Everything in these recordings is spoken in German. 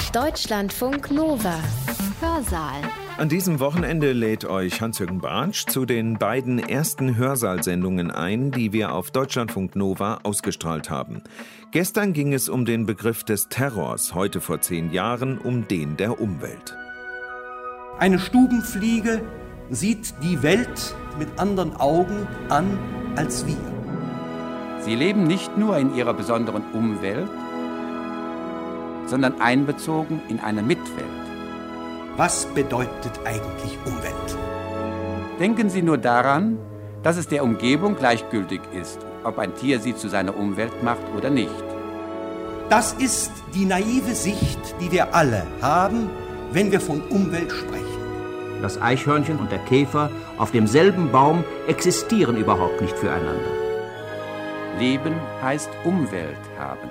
Deutschlandfunk Nova. Hörsaal. An diesem Wochenende lädt euch Hans-Jürgen Bartsch zu den beiden ersten Hörsaalsendungen ein, die wir auf Deutschlandfunk Nova ausgestrahlt haben. Gestern ging es um den Begriff des Terrors, heute vor 10 Jahren um den der Umwelt. Eine Stubenfliege sieht die Welt mit anderen Augen an als wir. Sie leben nicht nur in ihrer besonderen Umwelt, sondern einbezogen in eine Mitwelt. Was bedeutet eigentlich Umwelt? Denken Sie nur daran, dass es der Umgebung gleichgültig ist, ob ein Tier sie zu seiner Umwelt macht oder nicht. Das ist die naive Sicht, die wir alle haben, wenn wir von Umwelt sprechen. Das Eichhörnchen und der Käfer auf demselben Baum existieren überhaupt nicht füreinander. Leben heißt Umwelt haben.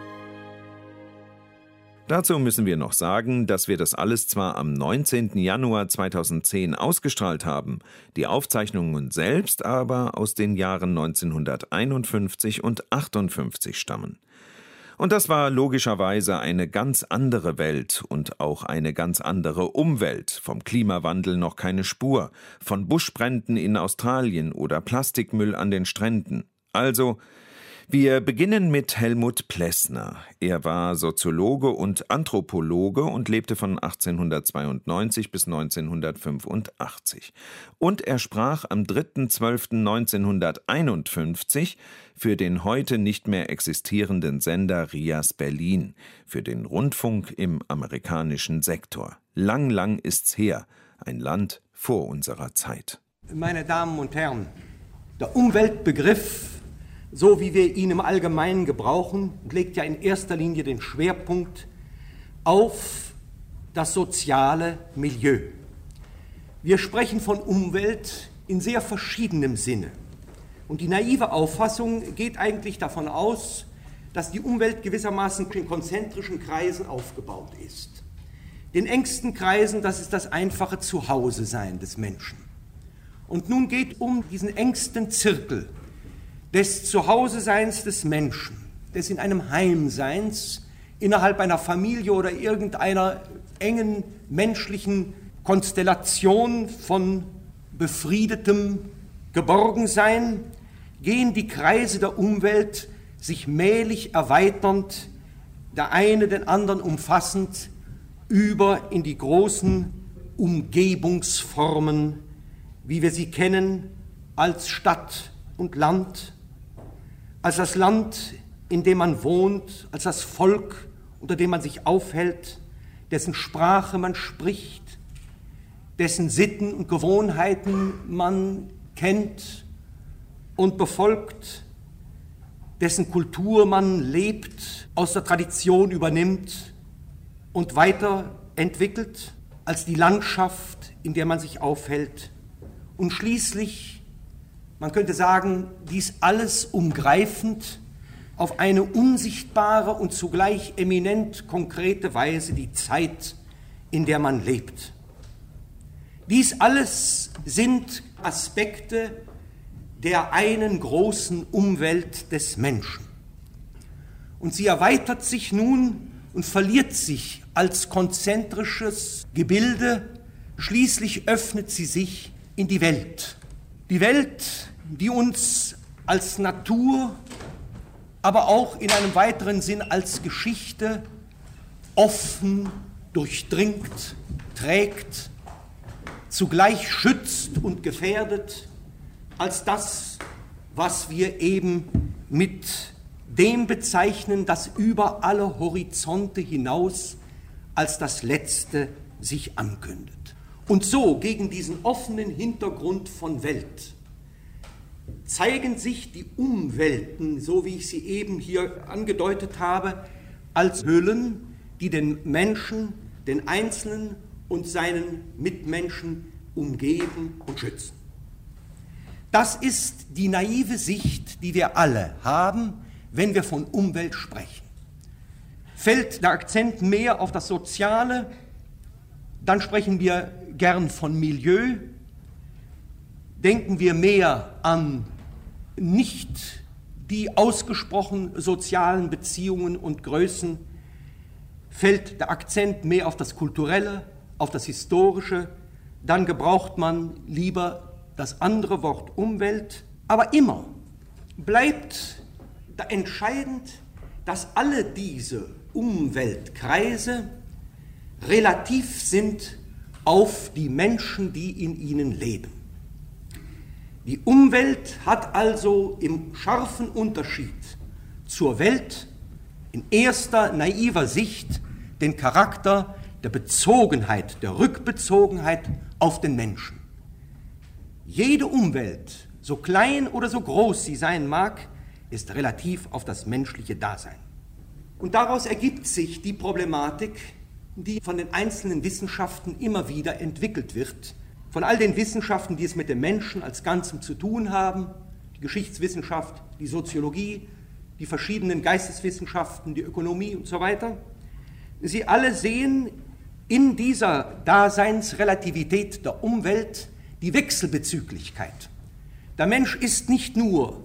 Dazu müssen wir noch sagen, dass wir das alles zwar am 19. Januar 2010 ausgestrahlt haben, die Aufzeichnungen selbst aber aus den Jahren 1951 und 58 stammen. Und das war logischerweise eine ganz andere Welt und auch eine ganz andere Umwelt. Vom Klimawandel noch keine Spur, von Buschbränden in Australien oder Plastikmüll an den Stränden. Also, wir beginnen mit Helmut Plessner. Er war Soziologe und Anthropologe und lebte von 1892 bis 1985. Und er sprach am 3.12.1951 für den heute nicht mehr existierenden Sender RIAS Berlin, für den Rundfunk im amerikanischen Sektor. Lang, lang ist's her, ein Land vor unserer Zeit. Meine Damen und Herren, der Umweltbegriff, so wie wir ihn im Allgemeinen gebrauchen, legt ja in erster Linie den Schwerpunkt auf das soziale Milieu. Wir sprechen von Umwelt in sehr verschiedenem Sinne. Und die naive Auffassung geht eigentlich davon aus, dass die Umwelt gewissermaßen in konzentrischen Kreisen aufgebaut ist. Den engsten Kreisen, das ist das einfache Zuhause-Sein des Menschen. Und nun geht um diesen engsten Zirkel des Zuhause-Seins des Menschen, des in einem Heimseins, innerhalb einer Familie oder irgendeiner engen menschlichen Konstellation von befriedetem Geborgensein, gehen die Kreise der Umwelt sich mählich erweiternd, der eine den anderen umfassend, über in die großen Umgebungsformen, wie wir sie kennen, als Stadt und Land, als das Land, in dem man wohnt, als das Volk, unter dem man sich aufhält, dessen Sprache man spricht, dessen Sitten und Gewohnheiten man kennt und befolgt, dessen Kultur man lebt, aus der Tradition übernimmt und weiterentwickelt, als die Landschaft, in der man sich aufhält und schließlich, man könnte sagen, dies alles umgreifend auf eine unsichtbare und zugleich eminent konkrete Weise die Zeit, in der man lebt. Dies alles sind Aspekte der einen großen Umwelt des Menschen. Und sie erweitert sich nun und verliert sich als konzentrisches Gebilde, schließlich öffnet sie sich in die Welt. Die Welt, die uns als Natur, aber auch in einem weiteren Sinn als Geschichte offen durchdringt, trägt, zugleich schützt und gefährdet, als das, was wir eben mit dem bezeichnen, das über alle Horizonte hinaus als das Letzte sich ankündet. Und so, gegen diesen offenen Hintergrund von Welt, zeigen sich die Umwelten, so wie ich sie eben hier angedeutet habe, als Hüllen, die den Menschen, den Einzelnen und seinen Mitmenschen umgeben und schützen. Das ist die naive Sicht, die wir alle haben, wenn wir von Umwelt sprechen. Fällt der Akzent mehr auf das Soziale, dann sprechen wir gern von Milieu. Denken wir mehr an nicht die ausgesprochen sozialen Beziehungen und Größen, fällt der Akzent mehr auf das Kulturelle, auf das Historische, dann gebraucht man lieber das andere Wort Umwelt. Aber immer bleibt da entscheidend, dass alle diese Umweltkreise relativ sind auf die Menschen, die in ihnen leben. Die Umwelt hat also im scharfen Unterschied zur Welt in erster naiver Sicht den Charakter der Bezogenheit, der Rückbezogenheit auf den Menschen. Jede Umwelt, so klein oder so groß sie sein mag, ist relativ auf das menschliche Dasein. Und daraus ergibt sich die Problematik, die von den einzelnen Wissenschaften immer wieder entwickelt wird, von all den Wissenschaften, die es mit dem Menschen als Ganzem zu tun haben, die Geschichtswissenschaft, die Soziologie, die verschiedenen Geisteswissenschaften, die Ökonomie und so weiter. Sie alle sehen in dieser Daseinsrelativität der Umwelt die Wechselbezüglichkeit. Der Mensch ist nicht nur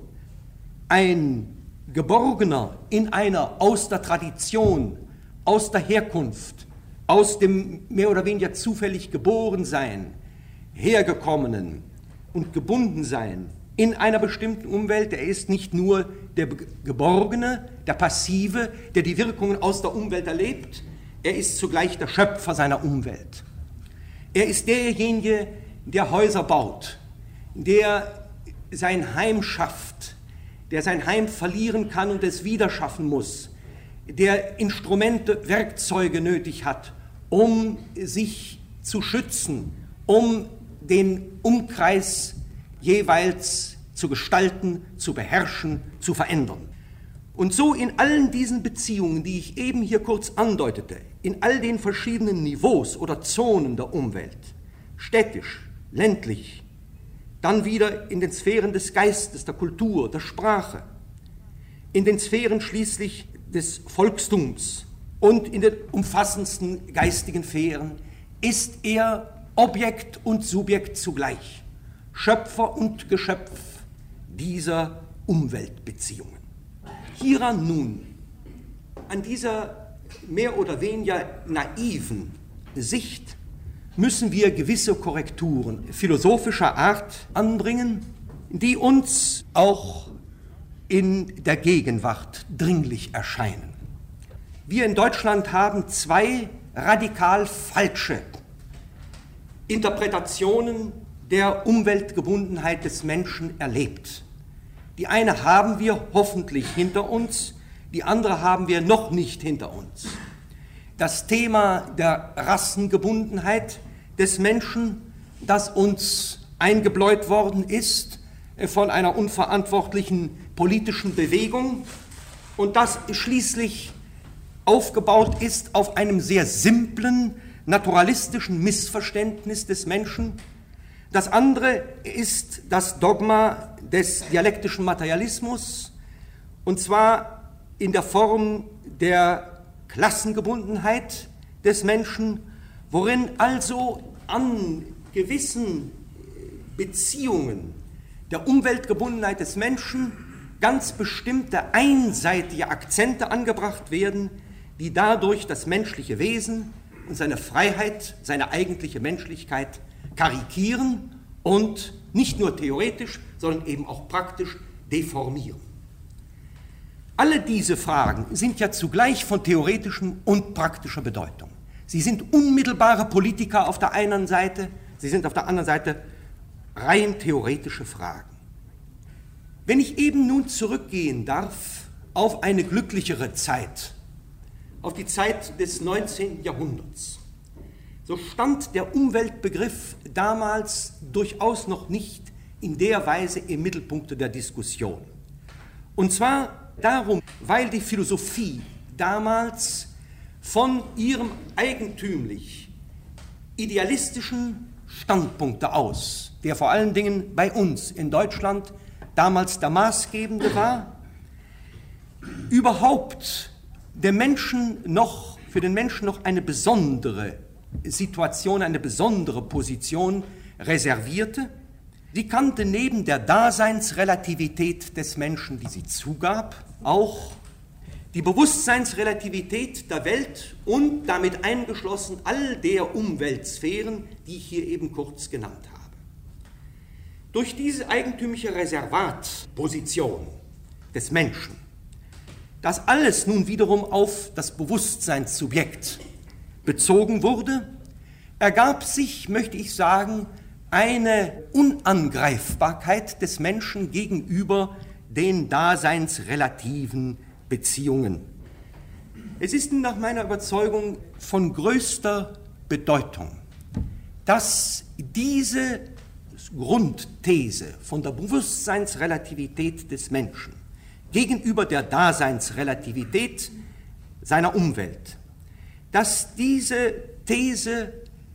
ein Geborgener in einer aus der Tradition, aus der Herkunft, aus dem mehr oder weniger zufällig Geborensein, Hergekommenen und Gebundensein in einer bestimmten Umwelt. Er ist nicht nur der Geborgene, der Passive, der die Wirkungen aus der Umwelt erlebt, er ist zugleich der Schöpfer seiner Umwelt. Er ist derjenige, der Häuser baut, der sein Heim schafft, der sein Heim verlieren kann und es wieder schaffen muss, der Instrumente, Werkzeuge nötig hat, um sich zu schützen, um den Umkreis jeweils zu gestalten, zu beherrschen, zu verändern. Und so in allen diesen Beziehungen, die ich eben hier kurz andeutete, in all den verschiedenen Niveaus oder Zonen der Umwelt, städtisch, ländlich, dann wieder in den Sphären des Geistes, der Kultur, der Sprache, in den Sphären schließlich des Volkstums und in den umfassendsten geistigen Sphären, ist er Objekt und Subjekt zugleich, Schöpfer und Geschöpf dieser Umweltbeziehungen. Hieran nun, an dieser mehr oder weniger naiven Sicht, müssen wir gewisse Korrekturen philosophischer Art anbringen, die uns auch in der Gegenwart dringlich erscheinen. Wir in Deutschland haben zwei radikal falsche Interpretationen der Umweltgebundenheit des Menschen erlebt. Die eine haben wir hoffentlich hinter uns, die andere haben wir noch nicht hinter uns. Das Thema der Rassengebundenheit des Menschen, das uns eingebläut worden ist von einer unverantwortlichen politischen Bewegung und das schließlich aufgebaut ist auf einem sehr simplen, naturalistischen Missverständnis des Menschen. Das andere ist das Dogma des dialektischen Materialismus, und zwar in der Form der Klassengebundenheit des Menschen, worin also an gewissen Beziehungen der Umweltgebundenheit des Menschen ganz bestimmte einseitige Akzente angebracht werden, die dadurch das menschliche Wesen und seine Freiheit, seine eigentliche Menschlichkeit karikieren und nicht nur theoretisch, sondern eben auch praktisch deformieren. Alle diese Fragen sind ja zugleich von theoretischem und praktischer Bedeutung. Sie sind unmittelbare Politiker auf der einen Seite, sie sind auf der anderen Seite rein theoretische Fragen. Wenn ich eben nun zurückgehen darf auf eine glücklichere Zeit, auf die Zeit des 19. Jahrhunderts, so stand der Umweltbegriff damals durchaus noch nicht in der Weise im Mittelpunkt der Diskussion. Und zwar darum, weil die Philosophie damals von ihrem eigentümlich idealistischen Standpunkt aus, der vor allen Dingen bei uns in Deutschland damals der maßgebende war, überhaupt für den Menschen noch eine besondere Situation, eine besondere Position reservierte. Sie kannte neben der Daseinsrelativität des Menschen, die sie zugab, auch die Bewusstseinsrelativität der Welt und damit eingeschlossen all der Umweltsphären, die ich hier eben kurz genannt habe. Durch diese eigentümliche Reservatposition des Menschen, das alles nun wiederum auf das Bewusstseinssubjekt bezogen wurde, ergab sich, möchte ich sagen, eine Unangreifbarkeit des Menschen gegenüber den daseinsrelativen Beziehungen. Es ist nach meiner Überzeugung von größter Bedeutung, dass diese Grundthese von der Bewusstseinsrelativität des Menschen gegenüber der Daseinsrelativität seiner Umwelt, dass diese These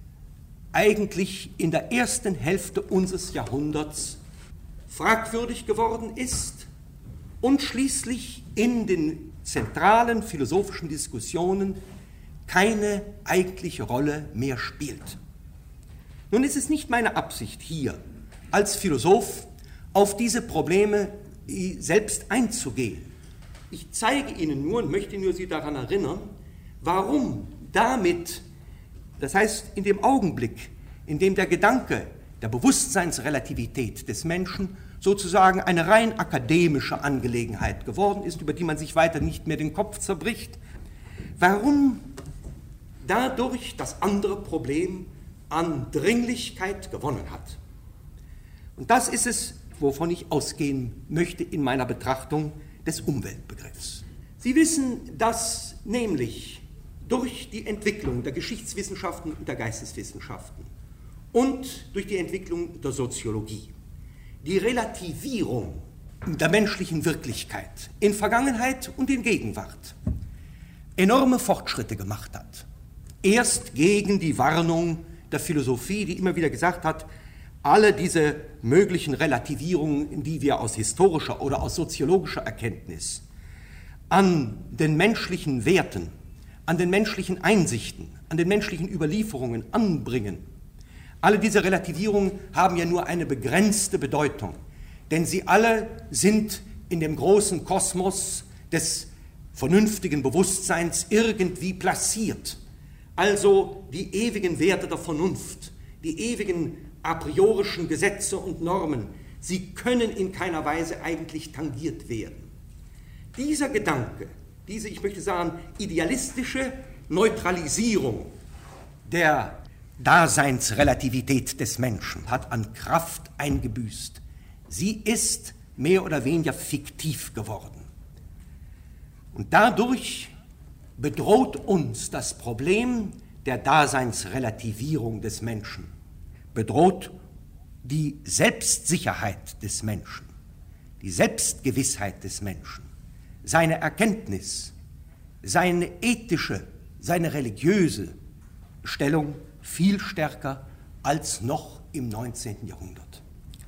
eigentlich in der ersten Hälfte unseres Jahrhunderts fragwürdig geworden ist und schließlich in den zentralen philosophischen Diskussionen keine eigentliche Rolle mehr spielt. Nun ist es nicht meine Absicht, hier als Philosoph auf diese Probleme selbst einzugehen. Ich zeige Ihnen nur und möchte nur Sie daran erinnern, warum damit, das heißt in dem Augenblick, in dem der Gedanke der Bewusstseinsrelativität des Menschen sozusagen eine rein akademische Angelegenheit geworden ist, über die man sich weiter nicht mehr den Kopf zerbricht, warum dadurch das andere Problem an Dringlichkeit gewonnen hat. Und das ist es, wovon ich ausgehen möchte in meiner Betrachtung des Umweltbegriffs. Sie wissen, dass nämlich durch die Entwicklung der Geschichtswissenschaften und der Geisteswissenschaften und durch die Entwicklung der Soziologie die Relativierung der menschlichen Wirklichkeit in Vergangenheit und in Gegenwart enorme Fortschritte gemacht hat. Erst gegen die Warnung der Philosophie, die immer wieder gesagt hat, alle diese möglichen Relativierungen, die wir aus historischer oder aus soziologischer Erkenntnis an den menschlichen Werten, an den menschlichen Einsichten, an den menschlichen Überlieferungen anbringen, alle diese Relativierungen haben ja nur eine begrenzte Bedeutung, denn sie alle sind in dem großen Kosmos des vernünftigen Bewusstseins irgendwie platziert. Also die ewigen Werte der Vernunft, die ewigen a priorischen Gesetze und Normen, sie können in keiner Weise eigentlich tangiert werden. Dieser Gedanke, diese, ich möchte sagen, idealistische Neutralisierung der Daseinsrelativität des Menschen hat an Kraft eingebüßt. Sie ist mehr oder weniger fiktiv geworden. Und dadurch bedroht uns das Problem der Daseinsrelativierung des Menschen, bedroht die Selbstsicherheit des Menschen, die Selbstgewissheit des Menschen, seine Erkenntnis, seine ethische, seine religiöse Stellung viel stärker als noch im 19. Jahrhundert.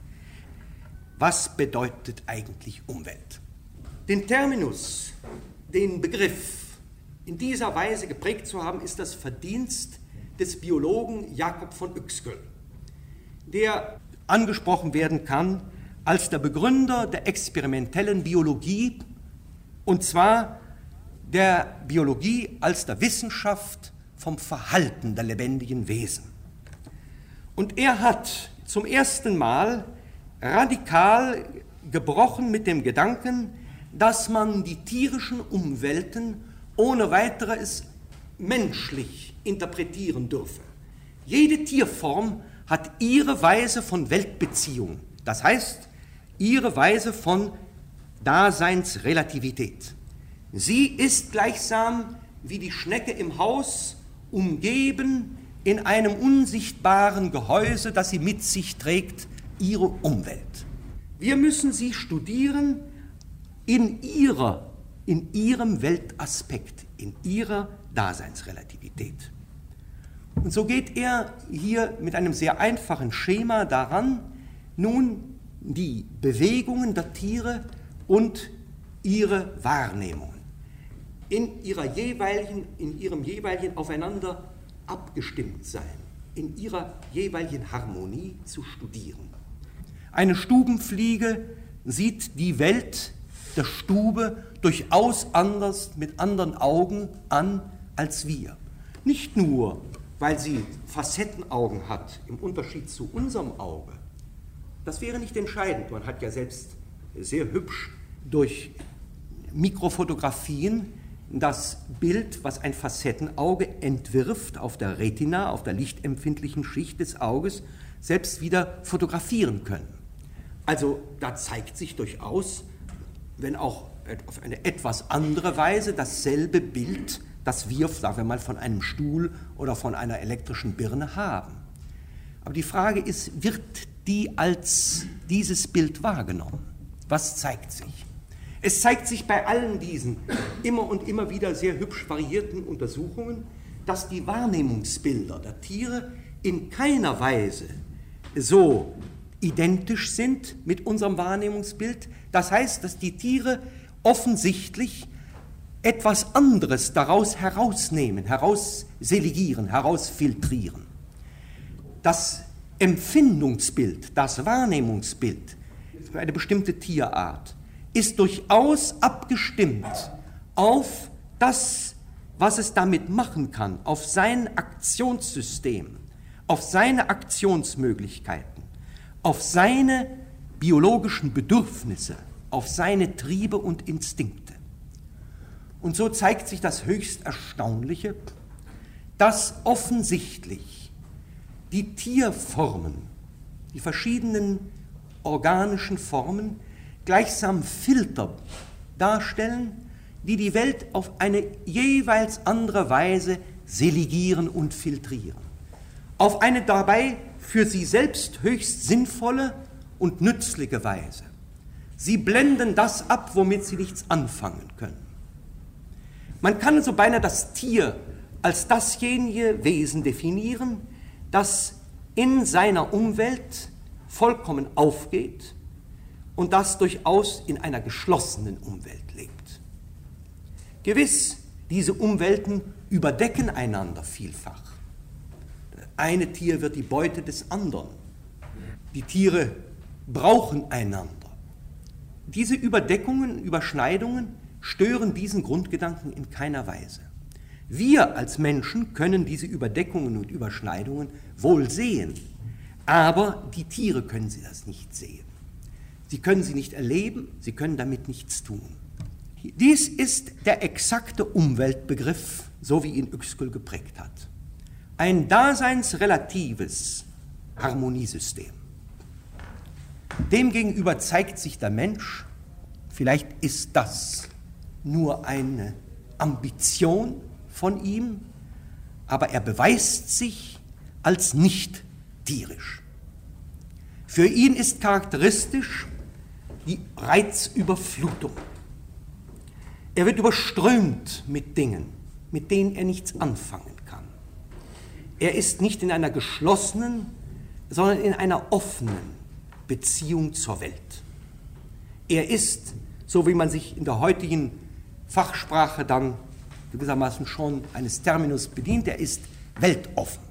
Was bedeutet eigentlich Umwelt? Den Terminus, den Begriff in dieser Weise geprägt zu haben, ist das Verdienst des Biologen Jakob von Uexküll, der angesprochen werden kann als der Begründer der experimentellen Biologie, und zwar der Biologie als der Wissenschaft vom Verhalten der lebendigen Wesen. Und er hat zum ersten Mal radikal gebrochen mit dem Gedanken, dass man die tierischen Umwelten ohne weiteres menschlich interpretieren dürfe. Jede Tierform hat ihre Weise von Weltbeziehung, das heißt, ihre Weise von Daseinsrelativität. Sie ist gleichsam wie die Schnecke im Haus umgeben in einem unsichtbaren Gehäuse, das sie mit sich trägt, ihre Umwelt. Wir müssen sie studieren in ihrem Weltaspekt, in ihrer Daseinsrelativität. Und so geht er hier mit einem sehr einfachen Schema daran, nun die Bewegungen der Tiere und ihre Wahrnehmungen in ihrem jeweiligen aufeinander abgestimmt sein, in ihrer jeweiligen Harmonie zu studieren. Eine Stubenfliege sieht die Welt der Stube durchaus anders, mit anderen Augen an als wir. Nicht nur, weil sie Facettenaugen hat, im Unterschied zu unserem Auge. Das wäre nicht entscheidend. Man hat ja selbst sehr hübsch durch Mikrofotografien das Bild, was ein Facettenauge entwirft, auf der Retina, auf der lichtempfindlichen Schicht des Auges, selbst wieder fotografieren können. Also da zeigt sich durchaus, wenn auch auf eine etwas andere Weise, dasselbe Bild, das wir, sagen wir mal, von einem Stuhl oder von einer elektrischen Birne haben. Aber die Frage ist, wird die als dieses Bild wahrgenommen? Was zeigt sich? Es zeigt sich bei allen diesen immer und immer wieder sehr hübsch variierten Untersuchungen, dass die Wahrnehmungsbilder der Tiere in keiner Weise so identisch sind mit unserem Wahrnehmungsbild. Das heißt, dass die Tiere offensichtlich etwas anderes daraus herausnehmen, herausselegieren, herausfiltrieren. Das Empfindungsbild, das Wahrnehmungsbild für eine bestimmte Tierart ist durchaus abgestimmt auf das, was es damit machen kann, auf sein Aktionssystem, auf seine Aktionsmöglichkeiten, auf seine biologischen Bedürfnisse, auf seine Triebe und Instinkte. Und so zeigt sich das höchst Erstaunliche, dass offensichtlich die Tierformen, die verschiedenen organischen Formen, gleichsam Filter darstellen, die die Welt auf eine jeweils andere Weise selegieren und filtrieren. Auf eine dabei für sie selbst höchst sinnvolle und nützliche Weise. Sie blenden das ab, womit sie nichts anfangen können. Man kann so beinahe das Tier als dasjenige Wesen definieren, das in seiner Umwelt vollkommen aufgeht und das durchaus in einer geschlossenen Umwelt lebt. Gewiss, diese Umwelten überdecken einander vielfach. Das eine Tier wird die Beute des anderen. Die Tiere brauchen einander. Diese Überdeckungen, Überschneidungen stören diesen Grundgedanken in keiner Weise. Wir als Menschen können diese Überdeckungen und Überschneidungen wohl sehen, aber die Tiere können sie das nicht sehen. Sie können sie nicht erleben, sie können damit nichts tun. Dies ist der exakte Umweltbegriff, so wie ihn Uexküll geprägt hat. Ein daseinsrelatives Harmoniesystem. Demgegenüber zeigt sich der Mensch, vielleicht ist das nur eine Ambition von ihm, aber er beweist sich als nicht tierisch. Für ihn ist charakteristisch die Reizüberflutung. Er wird überströmt mit Dingen, mit denen er nichts anfangen kann. Er ist nicht in einer geschlossenen, sondern in einer offenen Beziehung zur Welt. Er ist, so wie man sich in der heutigen Fachsprache dann gewissermaßen schon eines Terminus bedient, er ist weltoffen.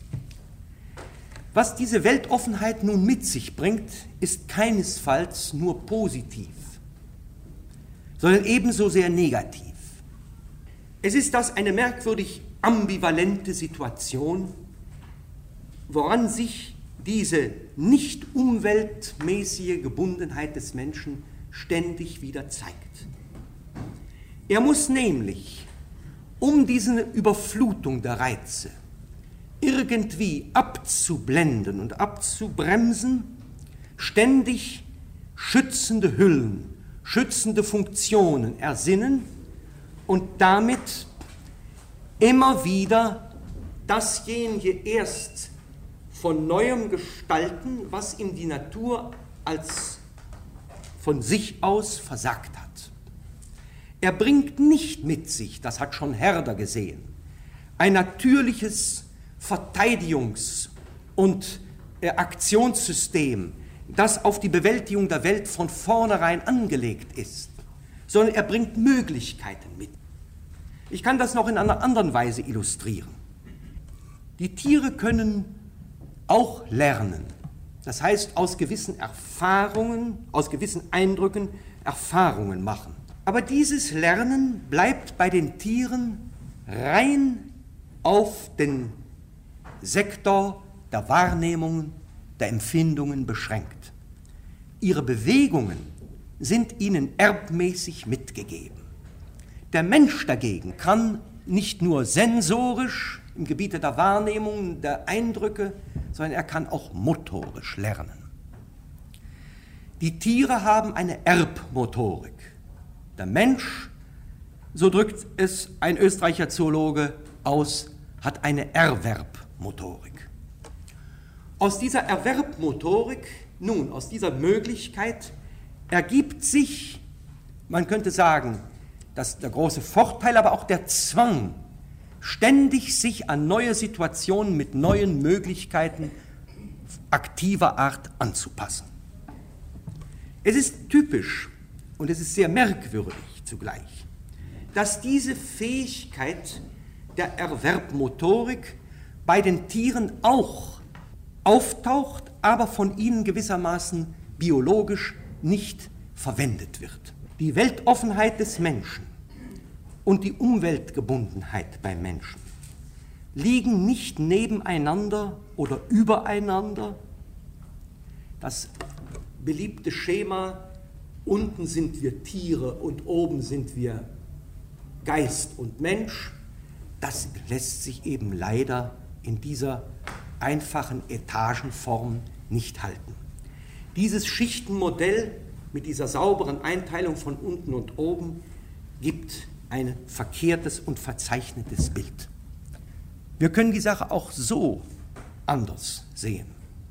Was diese Weltoffenheit nun mit sich bringt, ist keinesfalls nur positiv, sondern ebenso sehr negativ. Es ist das eine merkwürdig ambivalente Situation, woran sich diese nicht umweltmäßige Gebundenheit des Menschen ständig wieder zeigt. Er muss nämlich, um diese Überflutung der Reize irgendwie abzublenden und abzubremsen, ständig schützende Hüllen, schützende Funktionen ersinnen und damit immer wieder dasjenige erst von Neuem gestalten, was ihm die Natur als von sich aus versagt hat. Er bringt nicht mit sich, das hat schon Herder gesehen, ein natürliches Verteidigungs- und Aktionssystem, das auf die Bewältigung der Welt von vornherein angelegt ist, sondern er bringt Möglichkeiten mit. Ich kann das noch in einer anderen Weise illustrieren. Die Tiere können auch lernen. Das heißt, aus gewissen Erfahrungen, aus gewissen Eindrücken Erfahrungen machen. Aber dieses Lernen bleibt bei den Tieren rein auf den Sektor der Wahrnehmungen, der Empfindungen beschränkt. Ihre Bewegungen sind ihnen erbmäßig mitgegeben. Der Mensch dagegen kann nicht nur sensorisch im Gebiete der Wahrnehmung, der Eindrücke, sondern er kann auch motorisch lernen. Die Tiere haben eine Erbmotorik. Der Mensch, so drückt es ein Österreicher Zoologe aus, hat eine Erwerbmotorik. Aus dieser Erwerbmotorik, nun, aus dieser Möglichkeit ergibt sich, man könnte sagen, dass der große Vorteil, aber auch der Zwang, ständig sich an neue Situationen mit neuen Möglichkeiten aktiver Art anzupassen. Es ist typisch und es ist sehr merkwürdig zugleich, dass diese Fähigkeit der Erwerbmotorik bei den Tieren auch auftaucht, aber von ihnen gewissermaßen biologisch nicht verwendet wird. Die Weltoffenheit des Menschen und die Umweltgebundenheit beim Menschen liegen nicht nebeneinander oder übereinander. Das beliebte Schema, unten sind wir Tiere und oben sind wir Geist und Mensch, das lässt sich eben leider in dieser einfachen Etagenform nicht halten. Dieses Schichtenmodell mit dieser sauberen Einteilung von unten und oben gibt ein verkehrtes und verzeichnetes Bild. Wir können die Sache auch so anders sehen.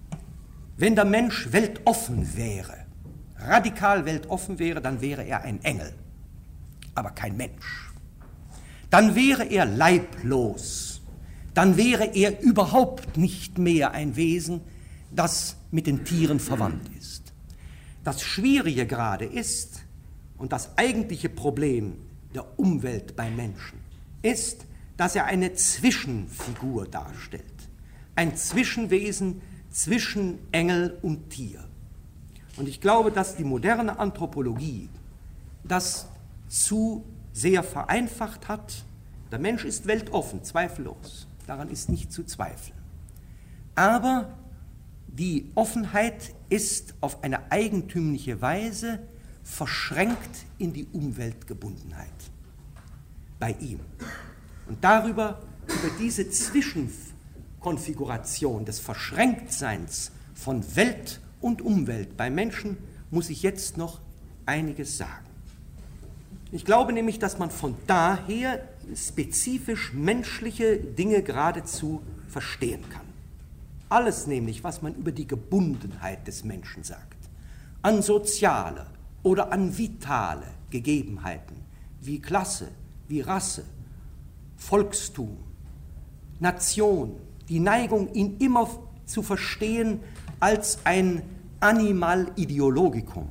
Wenn der Mensch weltoffen wäre, radikal weltoffen wäre, dann wäre er ein Engel, aber kein Mensch. Dann wäre er leiblos, dann wäre er überhaupt nicht mehr ein Wesen, das mit den Tieren verwandt ist. Das Schwierige gerade ist, und das eigentliche Problem der Umwelt beim Menschen, ist, dass er eine Zwischenfigur darstellt. Ein Zwischenwesen zwischen Engel und Tier. Und ich glaube, dass die moderne Anthropologie das zu sehr vereinfacht hat. Der Mensch ist weltoffen, zweifellos. Daran ist nicht zu zweifeln. Aber die Offenheit ist auf eine eigentümliche Weise verschränkt in die Umweltgebundenheit bei ihm. Und über diese Zwischenkonfiguration des Verschränktseins von Welt und Umwelt bei Menschen muss ich jetzt noch einiges sagen. Ich glaube nämlich, dass man von daher spezifisch menschliche Dinge geradezu verstehen kann. Alles nämlich, was man über die Gebundenheit des Menschen sagt, an soziale oder an vitale Gegebenheiten, wie Klasse, wie Rasse, Volkstum, Nation, die Neigung, ihn immer zu verstehen als ein Animal Ideologicum.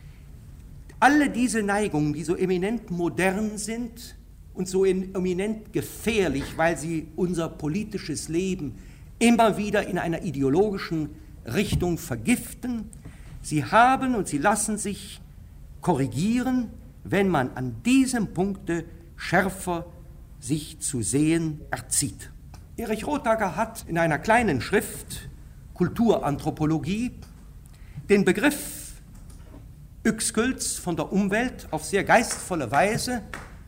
Alle diese Neigungen, die so eminent modern sind und so eminent gefährlich, weil sie unser politisches Leben immer wieder in einer ideologischen Richtung vergiften, sie haben und sie lassen sich korrigieren, wenn man an diesem Punkte schärfer sich zu sehen erzieht. Erich Rothacker hat in einer kleinen Schrift Kulturanthropologie den Begriff Uexkults von der Umwelt auf sehr geistvolle Weise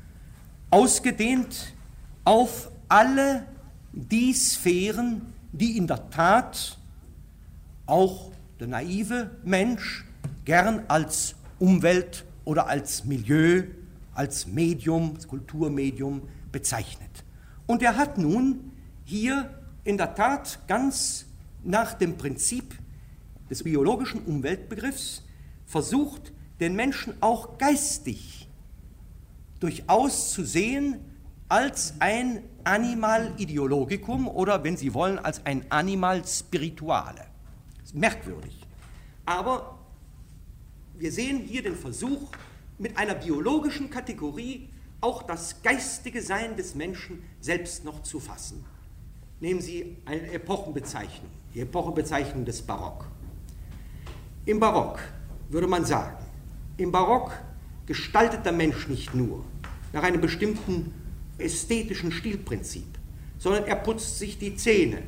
ausgedehnt auf alle die Sphären, die in der Tat auch der naive Mensch gern als Umwelt oder als Milieu, als Medium, als Kulturmedium bezeichnet. Und er hat nun hier in der Tat ganz nach dem Prinzip des biologischen Umweltbegriffs versucht, den Menschen auch geistig durchaus zu sehen als ein Animal Ideologicum oder, wenn Sie wollen, als ein Animal Spirituale. Das ist merkwürdig. Aber wir sehen hier den Versuch, mit einer biologischen Kategorie auch das geistige Sein des Menschen selbst noch zu fassen. Nehmen Sie eine Epochenbezeichnung, die Epochenbezeichnung des Barock. Im Barock würde man sagen, Im Barock gestaltet der Mensch nicht nur nach einem bestimmten ästhetischen Stilprinzip, sondern er putzt sich die Zähne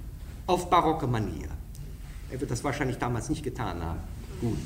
auf barocke Manier. Er wird das wahrscheinlich damals nicht getan haben. Gut.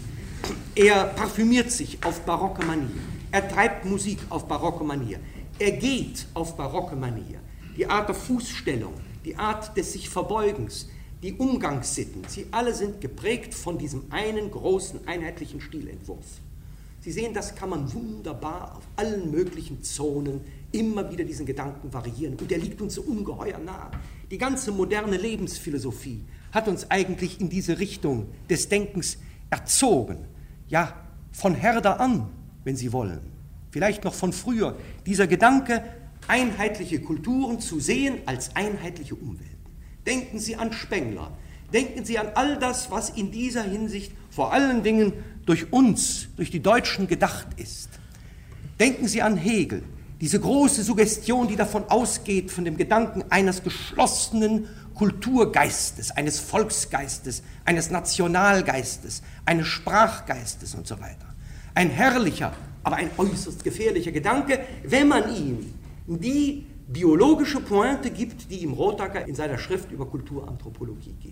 Er parfümiert sich auf barocke Manier. Er treibt Musik auf barocke Manier. Er geht auf barocke Manier. Die Art der Fußstellung, die Art des sich Verbeugens, die Umgangssitten, sie alle sind geprägt von diesem einen großen einheitlichen Stilentwurf. Sie sehen, das kann man wunderbar auf allen möglichen Zonen immer wieder diesen Gedanken variieren. Und der liegt uns so ungeheuer nah. Die ganze moderne Lebensphilosophie hat uns eigentlich in diese Richtung des Denkens erzogen. Ja, von Herder an, wenn Sie wollen. Vielleicht noch von früher. Dieser Gedanke, einheitliche Kulturen zu sehen als einheitliche Umwelten. Denken Sie an Spengler. Denken Sie an all das, was in dieser Hinsicht vor allen Dingen durch uns, durch die Deutschen gedacht ist. Denken Sie an Hegel, diese große Suggestion, die davon ausgeht, von dem Gedanken eines geschlossenen Kulturgeistes, eines Volksgeistes, eines Nationalgeistes, eines Sprachgeistes und so weiter. Ein herrlicher, aber ein äußerst gefährlicher Gedanke, wenn man ihm die biologische Pointe gibt, die ihm Rotacker in seiner Schrift über Kulturanthropologie gibt.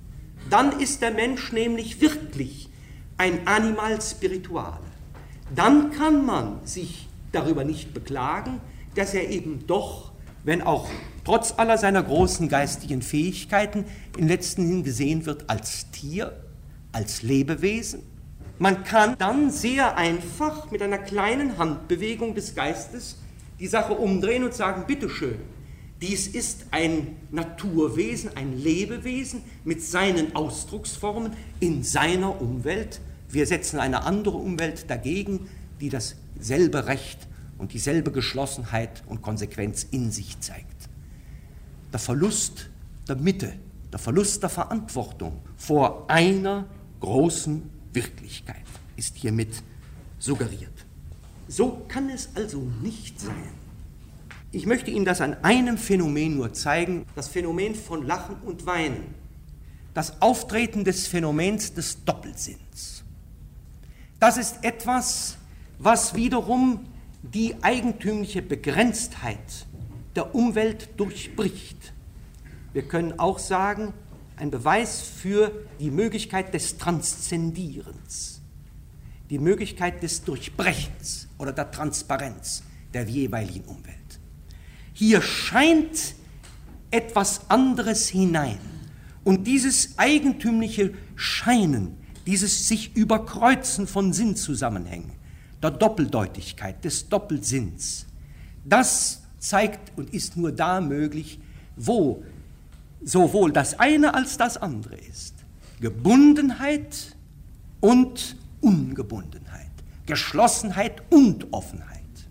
Dann ist der Mensch nämlich wirklich ein Animal spirituale. Dann kann man sich darüber nicht beklagen, dass er eben doch, wenn auch trotz aller seiner großen geistigen Fähigkeiten, im letzten hin gesehen wird als Tier, als Lebewesen. Man kann dann sehr einfach mit einer kleinen Handbewegung des Geistes die Sache umdrehen und sagen, bitteschön, dies ist ein Naturwesen, ein Lebewesen mit seinen Ausdrucksformen in seiner Umwelt. Wir setzen eine andere Umwelt dagegen, die dasselbe Recht und dieselbe Geschlossenheit und Konsequenz in sich zeigt. Der Verlust der Mitte, der Verlust der Verantwortung vor einer großen Wirklichkeit ist hiermit suggeriert. So kann es also nicht sein. Ich möchte Ihnen das an einem Phänomen nur zeigen, das Phänomen von Lachen und Weinen, das Auftreten des Phänomens des Doppelsinns. Das ist etwas, was wiederum die eigentümliche Begrenztheit der Umwelt durchbricht. Wir können auch sagen, ein Beweis für die Möglichkeit des Transzendierens, die Möglichkeit des Durchbrechens oder der Transparenz der jeweiligen Umwelt. Hier scheint etwas anderes hinein. Und dieses eigentümliche Scheinen, dieses sich Überkreuzen von Sinnzusammenhängen, der Doppeldeutigkeit, des Doppelsinns, das zeigt und ist nur da möglich, wo sowohl das eine als das andere ist. Gebundenheit und Ungebundenheit, Geschlossenheit und Offenheit.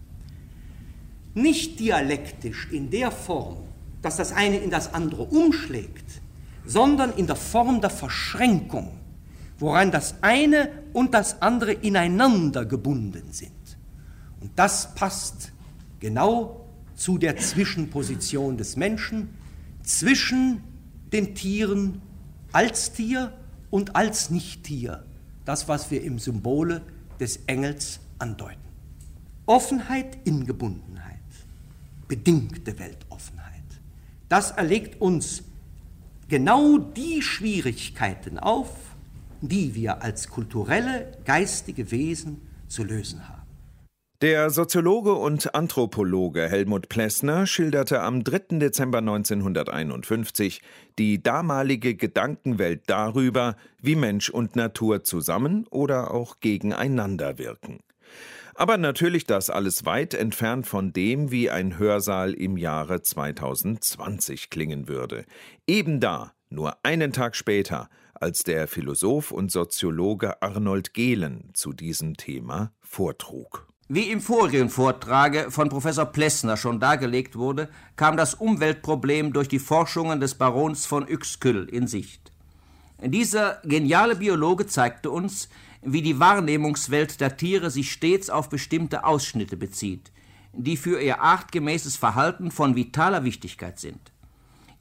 Nicht dialektisch in der Form, dass das eine in das andere umschlägt, sondern in der Form der Verschränkung, woran das eine und das andere ineinander gebunden sind. Und das passt genau zu der Zwischenposition des Menschen, zwischen den Tieren als Tier und als Nicht-Tier, das, was wir im Symbole des Engels andeuten. Offenheit in Gebundenheit, bedingte Weltoffenheit, das erlegt uns genau die Schwierigkeiten auf, die wir als kulturelle, geistige Wesen zu lösen haben. Der Soziologe und Anthropologe Helmut Plessner schilderte am 3. Dezember 1951 die damalige Gedankenwelt darüber, wie Mensch und Natur zusammen oder auch gegeneinander wirken. Aber natürlich das alles weit entfernt von dem, wie ein Hörsaal im Jahre 2020 klingen würde. Eben da, nur einen Tag später, als der Philosoph und Soziologe Arnold Gehlen zu diesem Thema vortrug. Wie im vorigen Vortrage von Professor Plessner schon dargelegt wurde, kam das Umweltproblem durch die Forschungen des Barons von Uexküll in Sicht. Dieser geniale Biologe zeigte uns, wie die Wahrnehmungswelt der Tiere sich stets auf bestimmte Ausschnitte bezieht, die für ihr artgemäßes Verhalten von vitaler Wichtigkeit sind.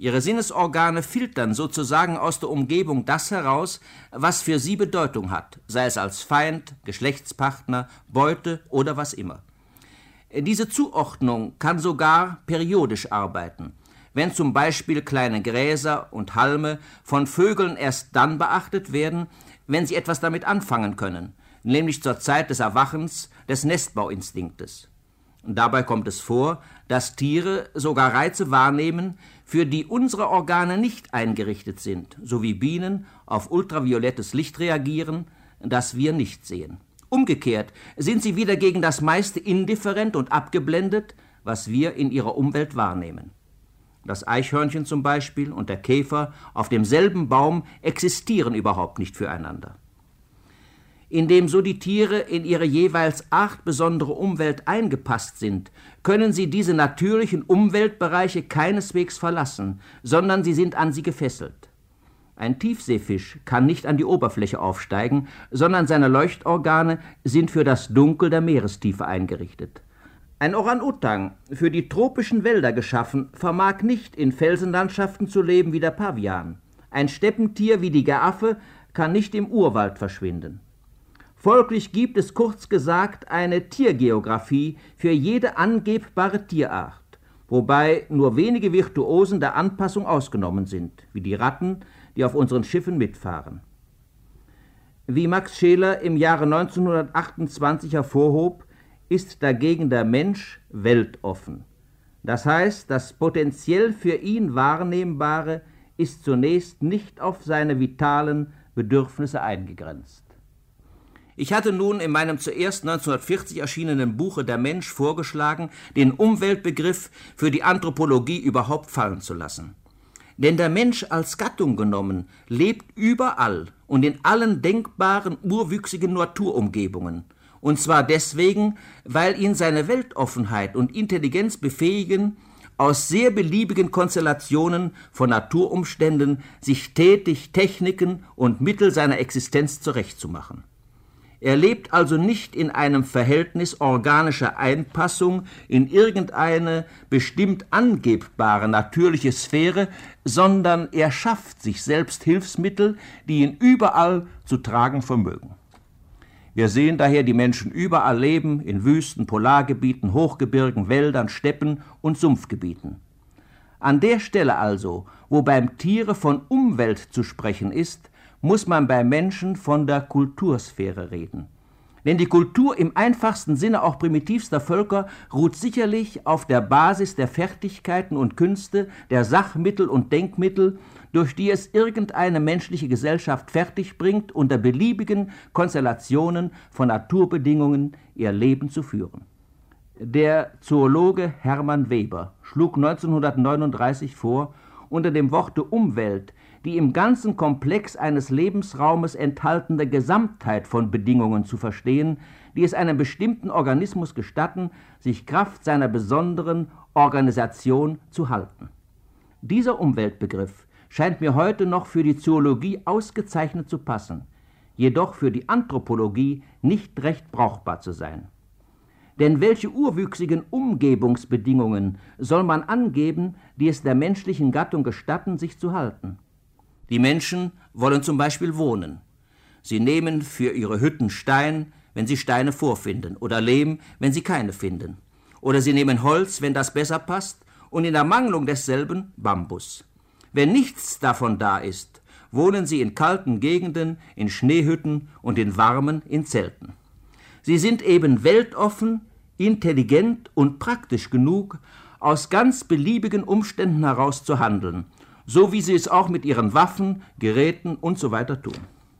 Ihre Sinnesorgane filtern sozusagen aus der Umgebung das heraus, was für sie Bedeutung hat, sei es als Feind, Geschlechtspartner, Beute oder was immer. Diese Zuordnung kann sogar periodisch arbeiten, wenn zum Beispiel kleine Gräser und Halme von Vögeln erst dann beachtet werden, wenn sie etwas damit anfangen können, nämlich zur Zeit des Erwachens des Nestbauinstinktes. Und dabei kommt es vor, dass Tiere sogar Reize wahrnehmen, für die unsere Organe nicht eingerichtet sind, so wie Bienen auf ultraviolettes Licht reagieren, das wir nicht sehen. Umgekehrt sind sie wieder gegen das meiste indifferent und abgeblendet, was wir in ihrer Umwelt wahrnehmen. Das Eichhörnchen zum Beispiel und der Käfer auf demselben Baum existieren überhaupt nicht füreinander. Indem so die Tiere in ihre jeweils artbesondere Umwelt eingepasst sind, können sie diese natürlichen Umweltbereiche keineswegs verlassen, sondern sie sind an sie gefesselt. Ein Tiefseefisch kann nicht an die Oberfläche aufsteigen, sondern seine Leuchtorgane sind für das Dunkel der Meerestiefe eingerichtet. Ein Orang-Utang, für die tropischen Wälder geschaffen, vermag nicht in Felsenlandschaften zu leben wie der Pavian. Ein Steppentier wie die Giraffe kann nicht im Urwald verschwinden. Folglich gibt es kurz gesagt eine Tiergeographie für jede angebbare Tierart, wobei nur wenige Virtuosen der Anpassung ausgenommen sind, wie die Ratten, die auf unseren Schiffen mitfahren. Wie Max Scheler im Jahre 1928 hervorhob, ist dagegen der Mensch weltoffen. Das heißt, das potenziell für ihn Wahrnehmbare ist zunächst nicht auf seine vitalen Bedürfnisse eingegrenzt. Ich hatte nun in meinem zuerst 1940 erschienenen Buche Der Mensch vorgeschlagen, den Umweltbegriff für die Anthropologie überhaupt fallen zu lassen. Denn der Mensch als Gattung genommen lebt überall und in allen denkbaren urwüchsigen Naturumgebungen. Und zwar deswegen, weil ihn seine Weltoffenheit und Intelligenz befähigen, aus sehr beliebigen Konstellationen von Naturumständen sich tätig Techniken und Mittel seiner Existenz zurechtzumachen. Er lebt also nicht in einem Verhältnis organischer Einpassung in irgendeine bestimmt angebbare natürliche Sphäre, sondern er schafft sich selbst Hilfsmittel, die ihn überall zu tragen vermögen. Wir sehen daher die Menschen überall leben, in Wüsten, Polargebieten, Hochgebirgen, Wäldern, Steppen und Sumpfgebieten. An der Stelle also, wo beim Tiere von Umwelt zu sprechen ist, muss man beim Menschen von der Kultursphäre reden. Denn die Kultur im einfachsten Sinne auch primitivster Völker ruht sicherlich auf der Basis der Fertigkeiten und Künste, der Sachmittel und Denkmittel, durch die es irgendeine menschliche Gesellschaft fertigbringt, unter beliebigen Konstellationen von Naturbedingungen ihr Leben zu führen. Der Zoologe Hermann Weber schlug 1939 vor, unter dem Worte Umwelt die im ganzen Komplex eines Lebensraumes enthaltene Gesamtheit von Bedingungen zu verstehen, die es einem bestimmten Organismus gestatten, sich Kraft seiner besonderen Organisation zu halten. Dieser Umweltbegriff scheint mir heute noch für die Zoologie ausgezeichnet zu passen, jedoch für die Anthropologie nicht recht brauchbar zu sein. Denn welche urwüchsigen Umgebungsbedingungen soll man angeben, die es der menschlichen Gattung gestatten, sich zu halten? Die Menschen wollen zum Beispiel wohnen. Sie nehmen für ihre Hütten Stein, wenn sie Steine vorfinden, oder Lehm, wenn sie keine finden. Oder sie nehmen Holz, wenn das besser passt, und in Ermangelung desselben Bambus. Wenn nichts davon da ist, wohnen sie in kalten Gegenden, in Schneehütten und in warmen in Zelten. Sie sind eben weltoffen, intelligent und praktisch genug, aus ganz beliebigen Umständen heraus zu handeln, so wie sie es auch mit ihren Waffen, Geräten usw. tun.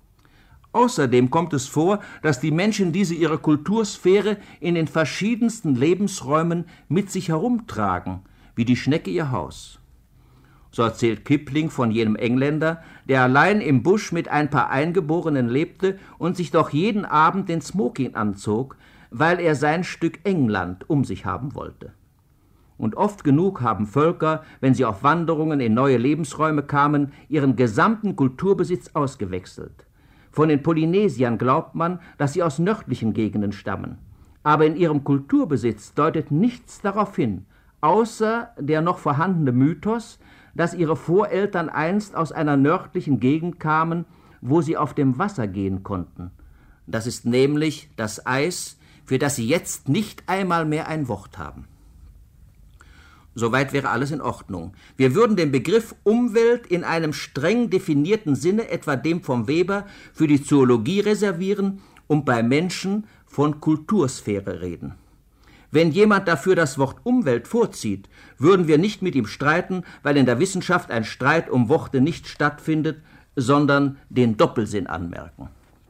Außerdem kommt es vor, dass die Menschen diese ihre Kultursphäre in den verschiedensten Lebensräumen mit sich herumtragen, wie die Schnecke ihr Haus. So erzählt Kipling von jenem Engländer, der allein im Busch mit ein paar Eingeborenen lebte und sich doch jeden Abend den Smoking anzog, weil er sein Stück England um sich haben wollte. Und oft genug haben Völker, wenn sie auf Wanderungen in neue Lebensräume kamen, ihren gesamten Kulturbesitz ausgewechselt. Von den Polynesiern glaubt man, dass sie aus nördlichen Gegenden stammen. Aber in ihrem Kulturbesitz deutet nichts darauf hin, außer der noch vorhandene Mythos, dass ihre Voreltern einst aus einer nördlichen Gegend kamen, wo sie auf dem Wasser gehen konnten. Das ist nämlich das Eis, für das sie jetzt nicht einmal mehr ein Wort haben. Soweit wäre alles in Ordnung. Wir würden den Begriff Umwelt in einem streng definierten Sinne, etwa dem vom Weber, für die Zoologie reservieren und bei Menschen von Kultursphäre reden. Wenn jemand dafür das Wort Umwelt vorzieht, würden wir nicht mit ihm streiten, weil in der Wissenschaft ein Streit um Worte nicht stattfindet, sondern den Doppelsinn anmerken.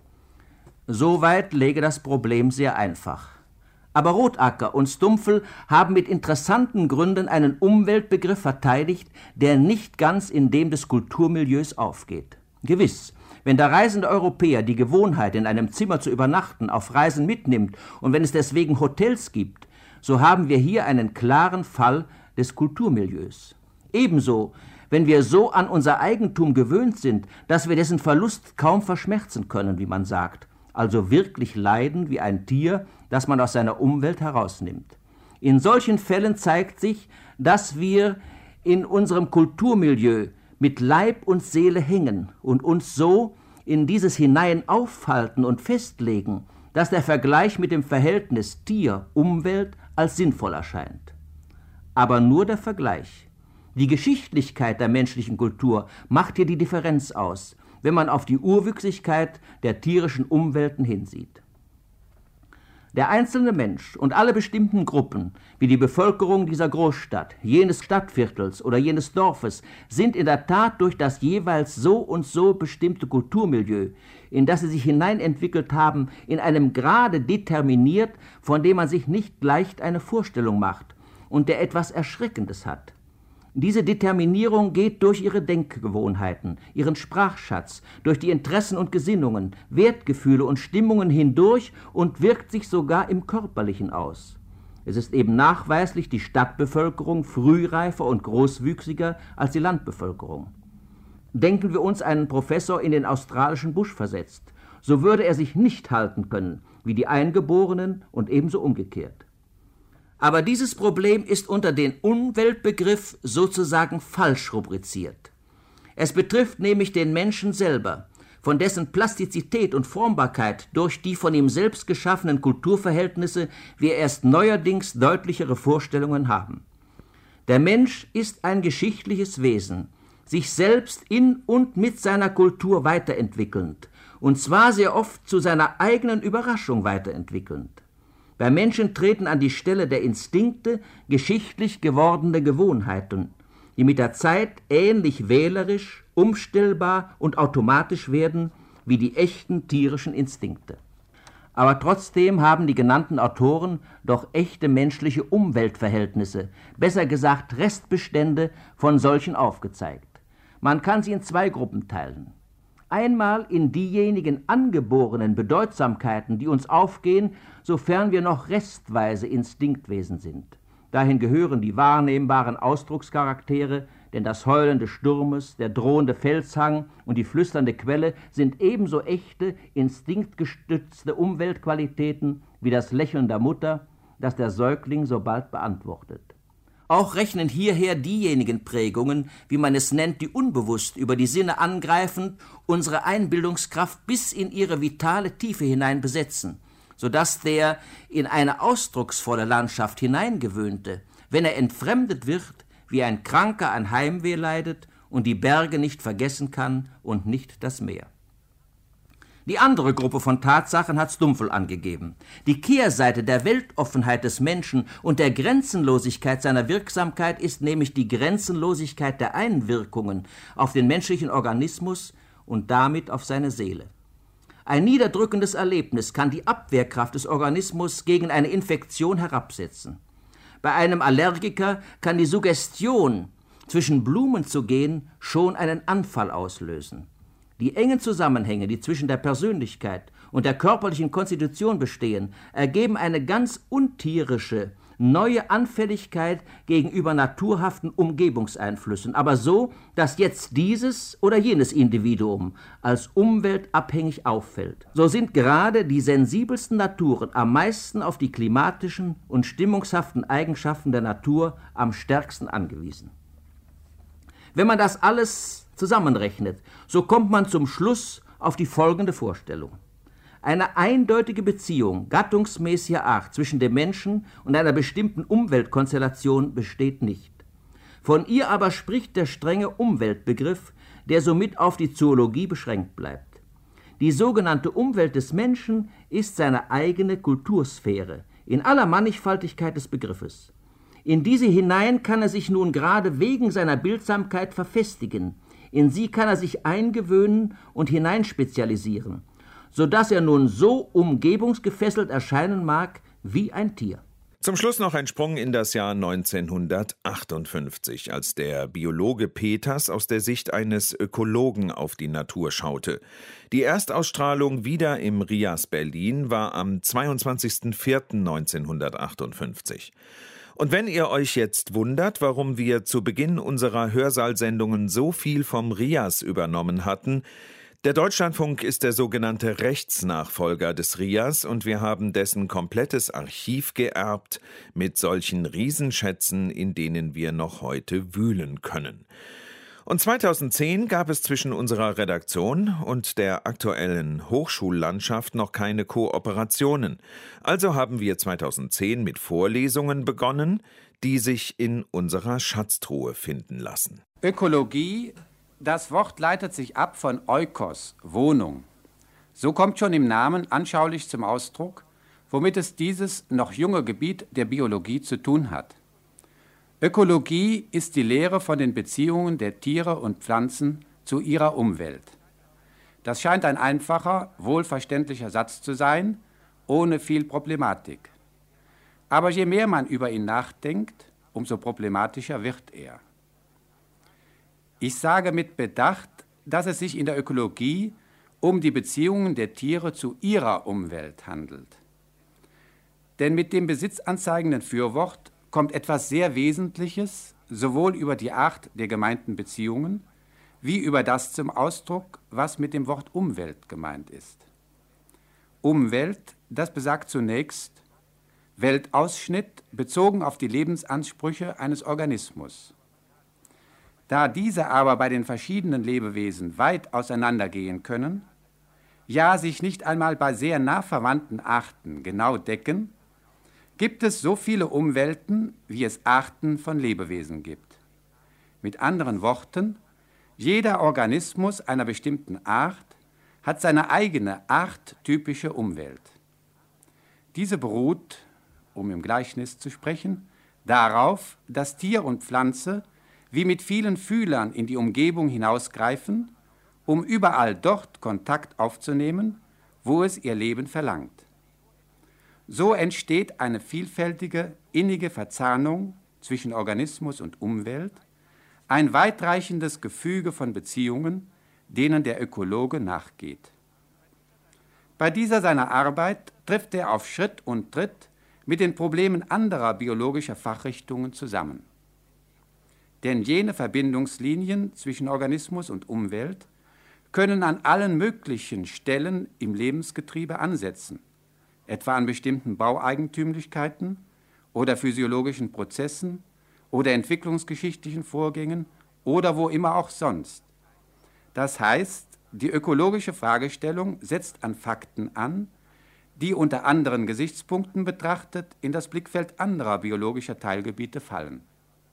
Soweit läge das Problem sehr einfach. Aber Rothacker und Stumpfel haben mit interessanten Gründen einen Umweltbegriff verteidigt, der nicht ganz in dem des Kulturmilieus aufgeht. Gewiss, wenn der reisende Europäer die Gewohnheit, in einem Zimmer zu übernachten, auf Reisen mitnimmt und wenn es deswegen Hotels gibt, so haben wir hier einen klaren Fall des Kulturmilieus. Ebenso, wenn wir so an unser Eigentum gewöhnt sind, dass wir dessen Verlust kaum verschmerzen können, wie man sagt, also wirklich leiden wie ein Tier, das man aus seiner Umwelt herausnimmt. In solchen Fällen zeigt sich, dass wir in unserem Kulturmilieu mit Leib und Seele hängen und uns so in dieses hinein aufhalten und festlegen, dass der Vergleich mit dem Verhältnis Tier-Umwelt als sinnvoll erscheint. Aber nur der Vergleich. Die Geschichtlichkeit der menschlichen Kultur macht hier die Differenz aus, wenn man auf die Urwüchsigkeit der tierischen Umwelten hinsieht. Der einzelne Mensch und alle bestimmten Gruppen, wie die Bevölkerung dieser Großstadt, jenes Stadtviertels oder jenes Dorfes, sind in der Tat durch das jeweils so und so bestimmte Kulturmilieu, in das sie sich hineinentwickelt haben, in einem Grade determiniert, von dem man sich nicht leicht eine Vorstellung macht und der etwas Erschreckendes hat. Diese Determinierung geht durch ihre Denkgewohnheiten, ihren Sprachschatz, durch die Interessen und Gesinnungen, Wertgefühle und Stimmungen hindurch und wirkt sich sogar im Körperlichen aus. Es ist eben nachweislich die Stadtbevölkerung frühreifer und großwüchsiger als die Landbevölkerung. Denken wir uns einen Professor in den australischen Busch versetzt, so würde er sich nicht halten können, wie die Eingeborenen und ebenso umgekehrt. Aber dieses Problem ist unter den Umweltbegriff sozusagen falsch rubriziert. Es betrifft nämlich den Menschen selber, von dessen Plastizität und Formbarkeit durch die von ihm selbst geschaffenen Kulturverhältnisse wir erst neuerdings deutlichere Vorstellungen haben. Der Mensch ist ein geschichtliches Wesen, sich selbst in und mit seiner Kultur weiterentwickelnd, und zwar sehr oft zu seiner eigenen Überraschung weiterentwickelnd. Bei Menschen treten an die Stelle der Instinkte geschichtlich gewordene Gewohnheiten, die mit der Zeit ähnlich wählerisch, umstellbar und automatisch werden wie die echten tierischen Instinkte. Aber trotzdem haben die genannten Autoren doch echte menschliche Umweltverhältnisse, besser gesagt Restbestände von solchen aufgezeigt. Man kann sie in zwei Gruppen teilen. Einmal in diejenigen angeborenen Bedeutsamkeiten, die uns aufgehen, sofern wir noch restweise Instinktwesen sind. Dahin gehören die wahrnehmbaren Ausdruckscharaktere, denn das Heulen des Sturmes, der drohende Felshang und die flüsternde Quelle sind ebenso echte, instinktgestützte Umweltqualitäten wie das Lächeln der Mutter, das der Säugling so bald beantwortet. Auch rechnen hierher diejenigen Prägungen, wie man es nennt, die unbewusst über die Sinne angreifend unsere Einbildungskraft bis in ihre vitale Tiefe hinein besetzen, sodass der in eine ausdrucksvolle Landschaft hineingewöhnte, wenn er entfremdet wird, wie ein Kranker an Heimweh leidet und die Berge nicht vergessen kann und nicht das Meer. Die andere Gruppe von Tatsachen hat Stumpfel angegeben. Die Kehrseite der Weltoffenheit des Menschen und der Grenzenlosigkeit seiner Wirksamkeit ist nämlich die Grenzenlosigkeit der Einwirkungen auf den menschlichen Organismus und damit auf seine Seele. Ein niederdrückendes Erlebnis kann die Abwehrkraft des Organismus gegen eine Infektion herabsetzen. Bei einem Allergiker kann die Suggestion, zwischen Blumen zu gehen, schon einen Anfall auslösen. Die engen Zusammenhänge, die zwischen der Persönlichkeit und der körperlichen Konstitution bestehen, ergeben eine ganz untierische, neue Anfälligkeit gegenüber naturhaften Umgebungseinflüssen, aber so, dass jetzt dieses oder jenes Individuum als umweltabhängig auffällt. So sind gerade die sensibelsten Naturen am meisten auf die klimatischen und stimmungshaften Eigenschaften der Natur am stärksten angewiesen. Wenn man das alles zusammenrechnet, so kommt man zum Schluss auf die folgende Vorstellung. Eine eindeutige Beziehung gattungsmäßiger Art zwischen dem Menschen und einer bestimmten Umweltkonstellation besteht nicht. Von ihr aber spricht der strenge Umweltbegriff, der somit auf die Zoologie beschränkt bleibt. Die sogenannte Umwelt des Menschen ist seine eigene Kultursphäre, in aller Mannigfaltigkeit des Begriffes. In diese hinein kann er sich nun gerade wegen seiner Bildsamkeit verfestigen, in sie kann er sich eingewöhnen und hineinspezialisieren, so dass er nun so umgebungsgefesselt erscheinen mag wie ein Tier. Zum Schluss noch ein Sprung in das Jahr 1958, als der Biologe Peters aus der Sicht eines Ökologen auf die Natur schaute. Die Erstausstrahlung wieder im RIAS Berlin war am 22.04.1958. Und wenn ihr euch jetzt wundert, warum wir zu Beginn unserer Hörsaalsendungen so viel vom RIAS übernommen hatten, der Deutschlandfunk ist der sogenannte Rechtsnachfolger des RIAS und wir haben dessen komplettes Archiv geerbt mit solchen Riesenschätzen, in denen wir noch heute wühlen können. Und 2010 gab es zwischen unserer Redaktion und der aktuellen Hochschullandschaft noch keine Kooperationen. Also haben wir 2010 mit Vorlesungen begonnen, die sich in unserer Schatztruhe finden lassen. Ökologie. Das Wort leitet sich ab von Oikos, Wohnung. So kommt schon im Namen anschaulich zum Ausdruck, womit es dieses noch junge Gebiet der Biologie zu tun hat. Ökologie ist die Lehre von den Beziehungen der Tiere und Pflanzen zu ihrer Umwelt. Das scheint ein einfacher, wohlverständlicher Satz zu sein, ohne viel Problematik. Aber je mehr man über ihn nachdenkt, umso problematischer wird er. Ich sage mit Bedacht, dass es sich in der Ökologie um die Beziehungen der Tiere zu ihrer Umwelt handelt. Denn mit dem besitzanzeigenden Fürwort kommt etwas sehr Wesentliches, sowohl über die Art der gemeinten Beziehungen, wie über das zum Ausdruck, was mit dem Wort Umwelt gemeint ist. Umwelt, das besagt zunächst Weltausschnitt bezogen auf die Lebensansprüche eines Organismus. Da diese aber bei den verschiedenen Lebewesen weit auseinandergehen können, ja sich nicht einmal bei sehr nah verwandten Arten genau decken, gibt es so viele Umwelten, wie es Arten von Lebewesen gibt. Mit anderen Worten, jeder Organismus einer bestimmten Art hat seine eigene arttypische Umwelt. Diese beruht, um im Gleichnis zu sprechen, darauf, dass Tier und Pflanze wie mit vielen Fühlern in die Umgebung hinausgreifen, um überall dort Kontakt aufzunehmen, wo es ihr Leben verlangt. So entsteht eine vielfältige, innige Verzahnung zwischen Organismus und Umwelt, ein weitreichendes Gefüge von Beziehungen, denen der Ökologe nachgeht. Bei dieser seiner Arbeit trifft er auf Schritt und Tritt mit den Problemen anderer biologischer Fachrichtungen zusammen. Denn jene Verbindungslinien zwischen Organismus und Umwelt können an allen möglichen Stellen im Lebensgetriebe ansetzen, etwa an bestimmten Baueigentümlichkeiten oder physiologischen Prozessen oder entwicklungsgeschichtlichen Vorgängen oder wo immer auch sonst. Das heißt, die ökologische Fragestellung setzt an Fakten an, die unter anderen Gesichtspunkten betrachtet in das Blickfeld anderer biologischer Teilgebiete fallen.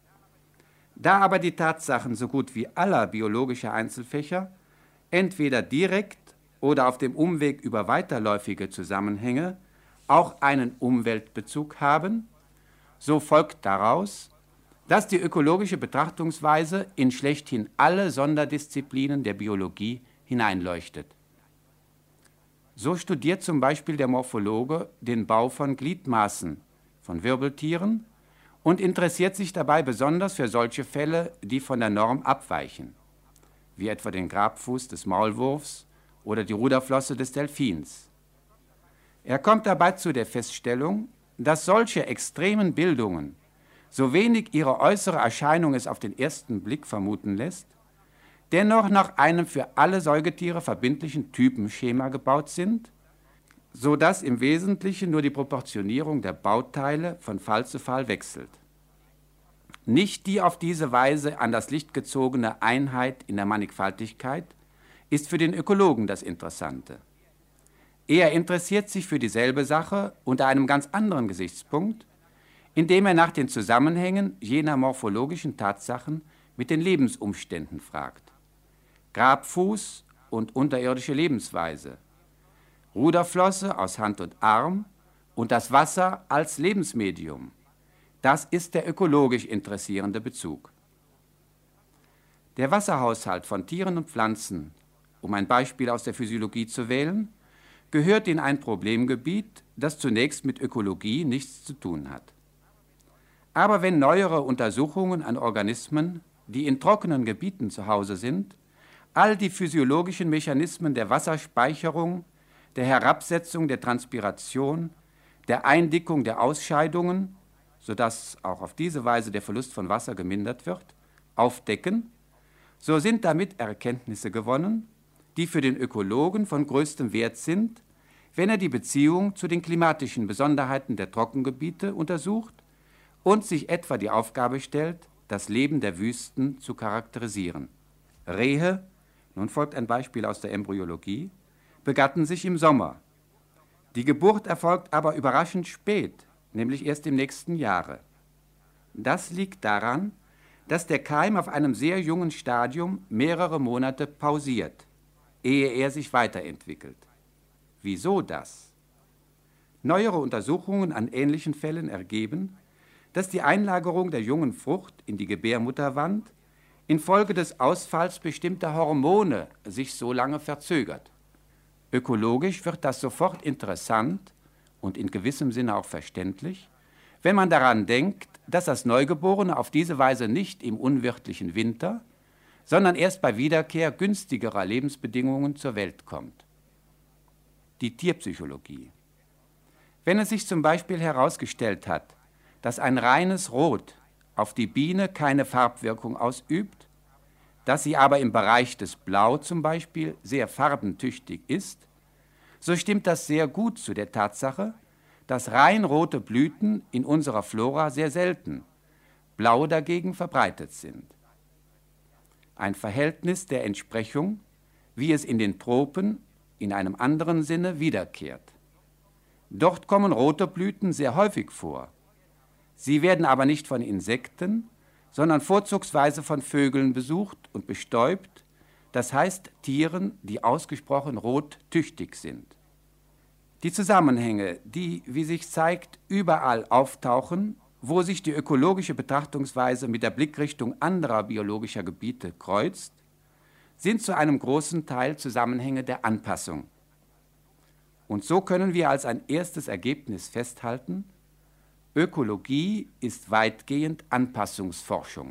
Da aber die Tatsachen so gut wie aller biologischer Einzelfächer entweder direkt oder auf dem Umweg über weiterläufige Zusammenhänge auch einen Umweltbezug haben, so folgt daraus, dass die ökologische Betrachtungsweise in schlechthin alle Sonderdisziplinen der Biologie hineinleuchtet. So studiert zum Beispiel der Morphologe den Bau von Gliedmaßen von Wirbeltieren und interessiert sich dabei besonders für solche Fälle, die von der Norm abweichen, wie etwa den Grabfuß des Maulwurfs oder die Ruderflosse des Delfins. Er kommt dabei zu der Feststellung, dass solche extremen Bildungen, so wenig ihre äußere Erscheinung es auf den ersten Blick vermuten lässt, dennoch nach einem für alle Säugetiere verbindlichen Typenschema gebaut sind, so dass im Wesentlichen nur die Proportionierung der Bauteile von Fall zu Fall wechselt. nicht die auf diese Weise an das Licht gezogene Einheit in der Mannigfaltigkeit, ist für den Ökologen das Interessante. Er interessiert sich für dieselbe Sache unter einem ganz anderen Gesichtspunkt, indem er nach den Zusammenhängen jener morphologischen Tatsachen mit den Lebensumständen fragt. Grabfuß und unterirdische Lebensweise, Ruderflosse aus Hand und Arm und das Wasser als Lebensmedium. Das ist der ökologisch interessierende Bezug. Der Wasserhaushalt von Tieren und Pflanzen, um ein Beispiel aus der Physiologie zu wählen, gehört in ein Problemgebiet, das zunächst mit Ökologie nichts zu tun hat. Aber wenn neuere Untersuchungen an Organismen, die in trockenen Gebieten zu Hause sind, all die physiologischen Mechanismen der Wasserspeicherung, der Herabsetzung der Transpiration, der Eindickung der Ausscheidungen, sodass auch auf diese Weise der Verlust von Wasser gemindert wird, aufdecken, so sind damit Erkenntnisse gewonnen, die für den Ökologen von größtem Wert sind, wenn er die Beziehung zu den klimatischen Besonderheiten der Trockengebiete untersucht und sich etwa die Aufgabe stellt, das Leben der Wüsten zu charakterisieren. Rehe, nun folgt ein Beispiel aus der Embryologie, begatten sich im Sommer. Die Geburt erfolgt aber überraschend spät, nämlich erst im nächsten Jahre. Das liegt daran, dass der Keim auf einem sehr jungen Stadium mehrere Monate pausiert, ehe er sich weiterentwickelt. Wieso das? Neuere Untersuchungen an ähnlichen Fällen ergeben, dass die Einlagerung der jungen Frucht in die Gebärmutterwand infolge des Ausfalls bestimmter Hormone sich so lange verzögert. Ökologisch wird das sofort interessant und in gewissem Sinne auch verständlich, wenn man daran denkt, dass das Neugeborene auf diese Weise nicht im unwirtlichen Winter, sondern erst bei Wiederkehr günstigerer Lebensbedingungen zur Welt kommt. Die Tierpsychologie. Wenn es sich zum Beispiel herausgestellt hat, dass ein reines Rot auf die Biene keine Farbwirkung ausübt, dass sie aber im Bereich des Blau zum Beispiel sehr farbentüchtig ist, so stimmt das sehr gut zu der Tatsache, dass rein rote Blüten in unserer Flora sehr selten, blaue dagegen verbreitet sind. Ein Verhältnis der Entsprechung, wie es in den Tropen in einem anderen Sinne wiederkehrt. Dort kommen rote Blüten sehr häufig vor. Sie werden aber nicht von Insekten, sondern vorzugsweise von Vögeln besucht und bestäubt, das heißt Tieren, die ausgesprochen rottüchtig sind. Die Zusammenhänge, die, wie sich zeigt, überall auftauchen, wo sich die ökologische Betrachtungsweise mit der Blickrichtung anderer biologischer Gebiete kreuzt, sind zu einem großen Teil Zusammenhänge der Anpassung. Und so können wir als ein erstes Ergebnis festhalten, Ökologie ist weitgehend Anpassungsforschung.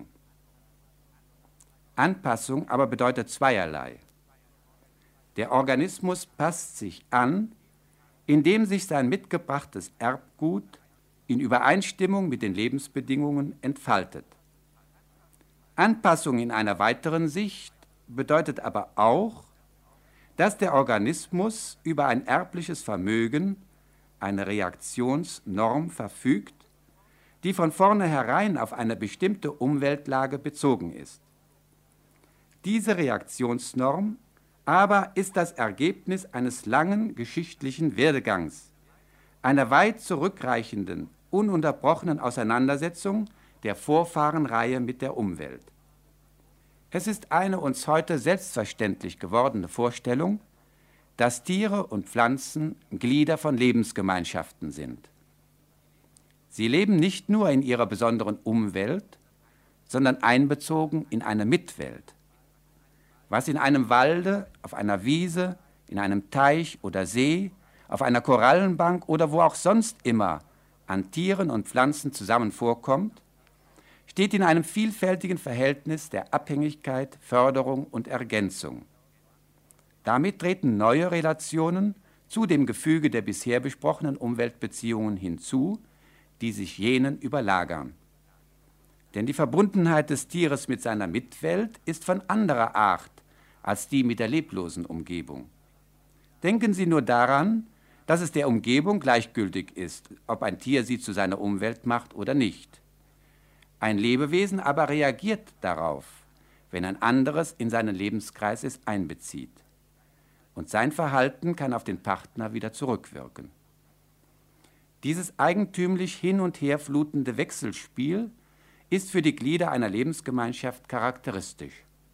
Anpassung aber bedeutet zweierlei. Der Organismus passt sich an, indem sich sein mitgebrachtes Erbgut in Übereinstimmung mit den Lebensbedingungen entfaltet. Anpassung in einer weiteren Sicht bedeutet aber auch, dass der Organismus über ein erbliches Vermögen, eine Reaktionsnorm verfügt, die von vornherein auf eine bestimmte Umweltlage bezogen ist. Diese Reaktionsnorm aber ist das Ergebnis eines langen geschichtlichen Werdegangs, einer weit zurückreichenden, ununterbrochenen Auseinandersetzung der Vorfahrenreihe mit der Umwelt. Es ist eine uns heute selbstverständlich gewordene Vorstellung, dass Tiere und Pflanzen Glieder von Lebensgemeinschaften sind. Sie leben nicht nur in ihrer besonderen Umwelt, sondern einbezogen in eine Mitwelt. Was in einem Walde, auf einer Wiese, in einem Teich oder See, auf einer Korallenbank oder wo auch sonst immer an Tieren und Pflanzen zusammen vorkommt, steht in einem vielfältigen Verhältnis der Abhängigkeit, Förderung und Ergänzung. Damit treten neue Relationen zu dem Gefüge der bisher besprochenen Umweltbeziehungen hinzu, die sich jenen überlagern. Denn die Verbundenheit des Tieres mit seiner Mitwelt ist von anderer Art als die mit der leblosen Umgebung. Denken Sie nur daran, dass es der Umgebung gleichgültig ist, ob ein Tier sie zu seiner Umwelt macht oder nicht. Ein Lebewesen aber reagiert darauf, wenn ein anderes in seinen Lebenskreis es einbezieht. Und sein Verhalten kann auf den Partner wieder zurückwirken. Dieses eigentümlich hin und her flutende Wechselspiel ist für die Glieder einer Lebensgemeinschaft charakteristisch.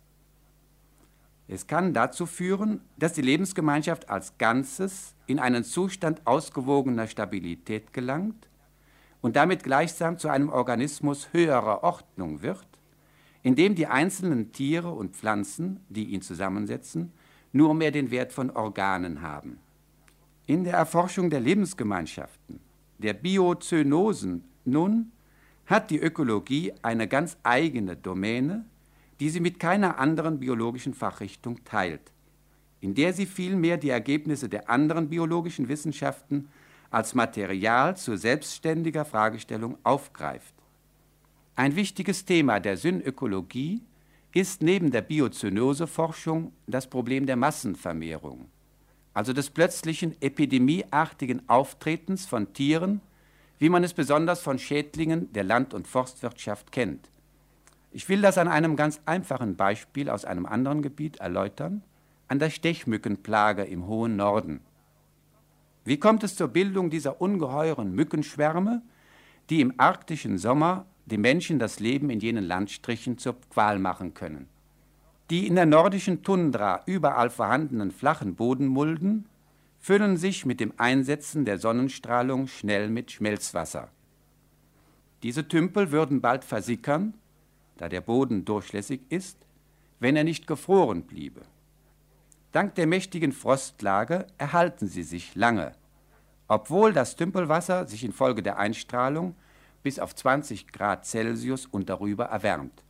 Es kann dazu führen, dass die Lebensgemeinschaft als Ganzes in einen Zustand ausgewogener Stabilität gelangt und damit gleichsam zu einem Organismus höherer Ordnung wird, in dem die einzelnen Tiere und Pflanzen, die ihn zusammensetzen, nur mehr den Wert von Organen haben. In der Erforschung der Lebensgemeinschaften, der Biozönosen nun, hat die Ökologie eine ganz eigene Domäne, die sie mit keiner anderen biologischen Fachrichtung teilt, in der sie vielmehr die Ergebnisse der anderen biologischen Wissenschaften als Material zur selbstständiger Fragestellung aufgreift. Ein wichtiges Thema der Synökologie ist neben der Biozönoseforschung das Problem der Massenvermehrung, also des plötzlichen epidemieartigen Auftretens von Tieren, wie man es besonders von Schädlingen der Land- und Forstwirtschaft kennt. Ich will das an einem ganz einfachen Beispiel aus einem anderen Gebiet erläutern, an der Stechmückenplage im hohen Norden. Wie kommt es zur Bildung dieser ungeheuren Mückenschwärme, die im arktischen Sommer den Menschen das Leben in jenen Landstrichen zur Qual machen können? Die in der nordischen Tundra überall vorhandenen flachen Bodenmulden füllen sich mit dem Einsetzen der Sonnenstrahlung schnell mit Schmelzwasser. Diese Tümpel würden bald versickern, da der Boden durchlässig ist, wenn er nicht gefroren bliebe. Dank der mächtigen Frostlage erhalten sie sich lange, obwohl das Tümpelwasser sich infolge der Einstrahlung bis auf 20 Grad Celsius und darüber erwärmt.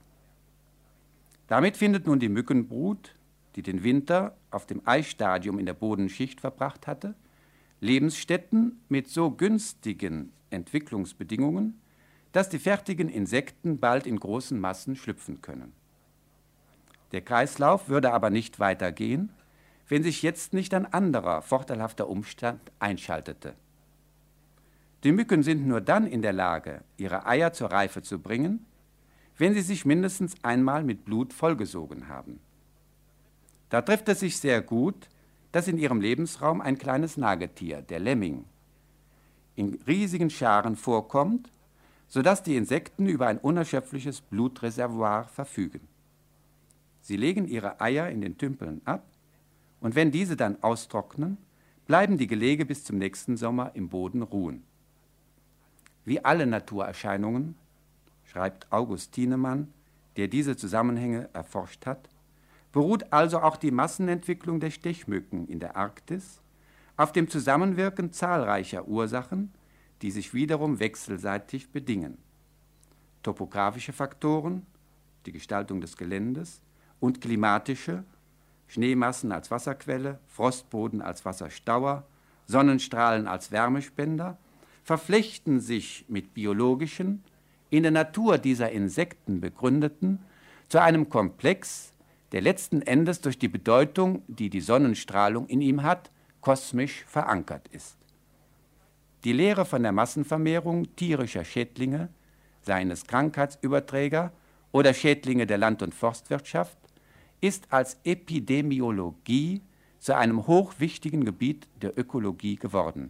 Damit findet nun die Mückenbrut, die den Winter auf dem Eistadium in der Bodenschicht verbracht hatte, Lebensstätten mit so günstigen Entwicklungsbedingungen, dass die fertigen Insekten bald in großen Massen schlüpfen können. Der Kreislauf würde aber nicht weitergehen, wenn sich jetzt nicht ein anderer vorteilhafter Umstand einschaltete. Die Mücken sind nur dann in der Lage, ihre Eier zur Reife zu bringen, wenn sie sich mindestens einmal mit Blut vollgesogen haben. Da trifft es sich sehr gut, dass in ihrem Lebensraum ein kleines Nagetier, der Lemming, in riesigen Scharen vorkommt, sodass die Insekten über ein unerschöpfliches Blutreservoir verfügen. Sie legen ihre Eier in den Tümpeln ab und wenn diese dann austrocknen, bleiben die Gelege bis zum nächsten Sommer im Boden ruhen. Wie alle Naturerscheinungen, schreibt August Thienemann, der diese Zusammenhänge erforscht hat, beruht also auch die Massenentwicklung der Stechmücken in der Arktis auf dem Zusammenwirken zahlreicher Ursachen, die sich wiederum wechselseitig bedingen. Topografische Faktoren, die Gestaltung des Geländes, und klimatische, Schneemassen als Wasserquelle, Frostboden als Wasserstauer, Sonnenstrahlen als Wärmespender, verflechten sich mit biologischen, in der Natur dieser Insekten begründeten, zu einem Komplex, der letzten Endes durch die Bedeutung, die die Sonnenstrahlung in ihm hat, kosmisch verankert ist. Die Lehre von der Massenvermehrung tierischer Schädlinge, seien es Krankheitsüberträger oder Schädlinge der Land- und Forstwirtschaft, ist als Epidemiologie zu einem hochwichtigen Gebiet der Ökologie geworden.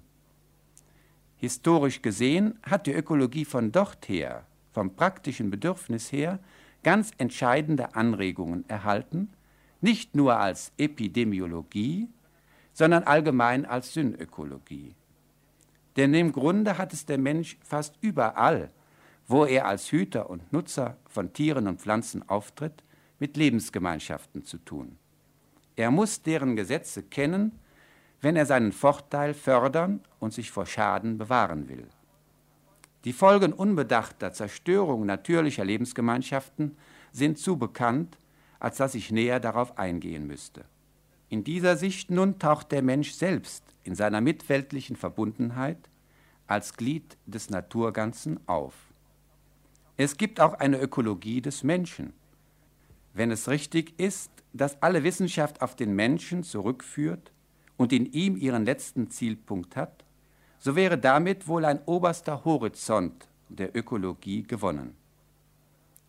Historisch gesehen hat die Ökologie von dort her, vom praktischen Bedürfnis her, ganz entscheidende Anregungen erhalten, nicht nur als Epidemiologie, sondern allgemein als Synökologie. Denn im Grunde hat es der Mensch fast überall, wo er als Hüter und Nutzer von Tieren und Pflanzen auftritt, mit Lebensgemeinschaften zu tun. Er muss deren Gesetze kennen, wenn er seinen Vorteil fördern und sich vor Schaden bewahren will. Die Folgen unbedachter Zerstörung natürlicher Lebensgemeinschaften sind zu bekannt, als dass ich näher darauf eingehen müsste. In dieser Sicht nun taucht der Mensch selbst in seiner mitweltlichen Verbundenheit als Glied des Naturganzen auf. Es gibt auch eine Ökologie des Menschen. Wenn es richtig ist, dass alle Wissenschaft auf den Menschen zurückführt und in ihm ihren letzten Zielpunkt hat, so wäre damit wohl ein oberster Horizont der Ökologie gewonnen.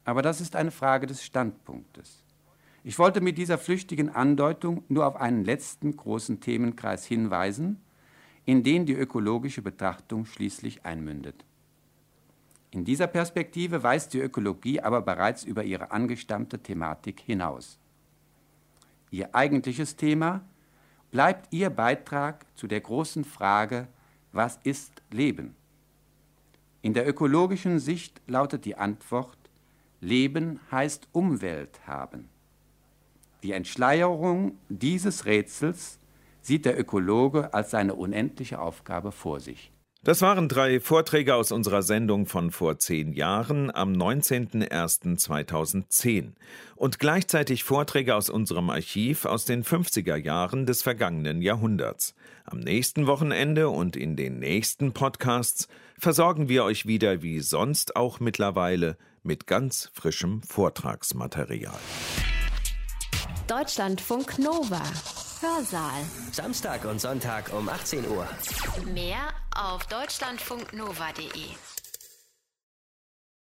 Aber das ist eine Frage des Standpunktes. Ich wollte mit dieser flüchtigen Andeutung nur auf einen letzten großen Themenkreis hinweisen, in den die ökologische Betrachtung schließlich einmündet. In dieser Perspektive weist die Ökologie aber bereits über ihre angestammte Thematik hinaus. Ihr eigentliches Thema bleibt ihr Beitrag zu der großen Frage, was ist Leben? In der ökologischen Sicht lautet die Antwort, Leben heißt Umwelt haben. Die Entschleierung dieses Rätsels sieht der Ökologe als seine unendliche Aufgabe vor sich. Das waren 3 Vorträge aus unserer Sendung von vor 10 Jahren am 19.01.2010 und gleichzeitig Vorträge aus unserem Archiv aus den 50er Jahren des vergangenen Jahrhunderts. Am nächsten Wochenende und in den nächsten Podcasts versorgen wir euch wieder wie sonst auch mittlerweile mit ganz frischem Vortragsmaterial. Deutschlandfunk Nova. Hörsaal. Samstag und Sonntag um 18 Uhr. Mehr auf deutschlandfunknova.de.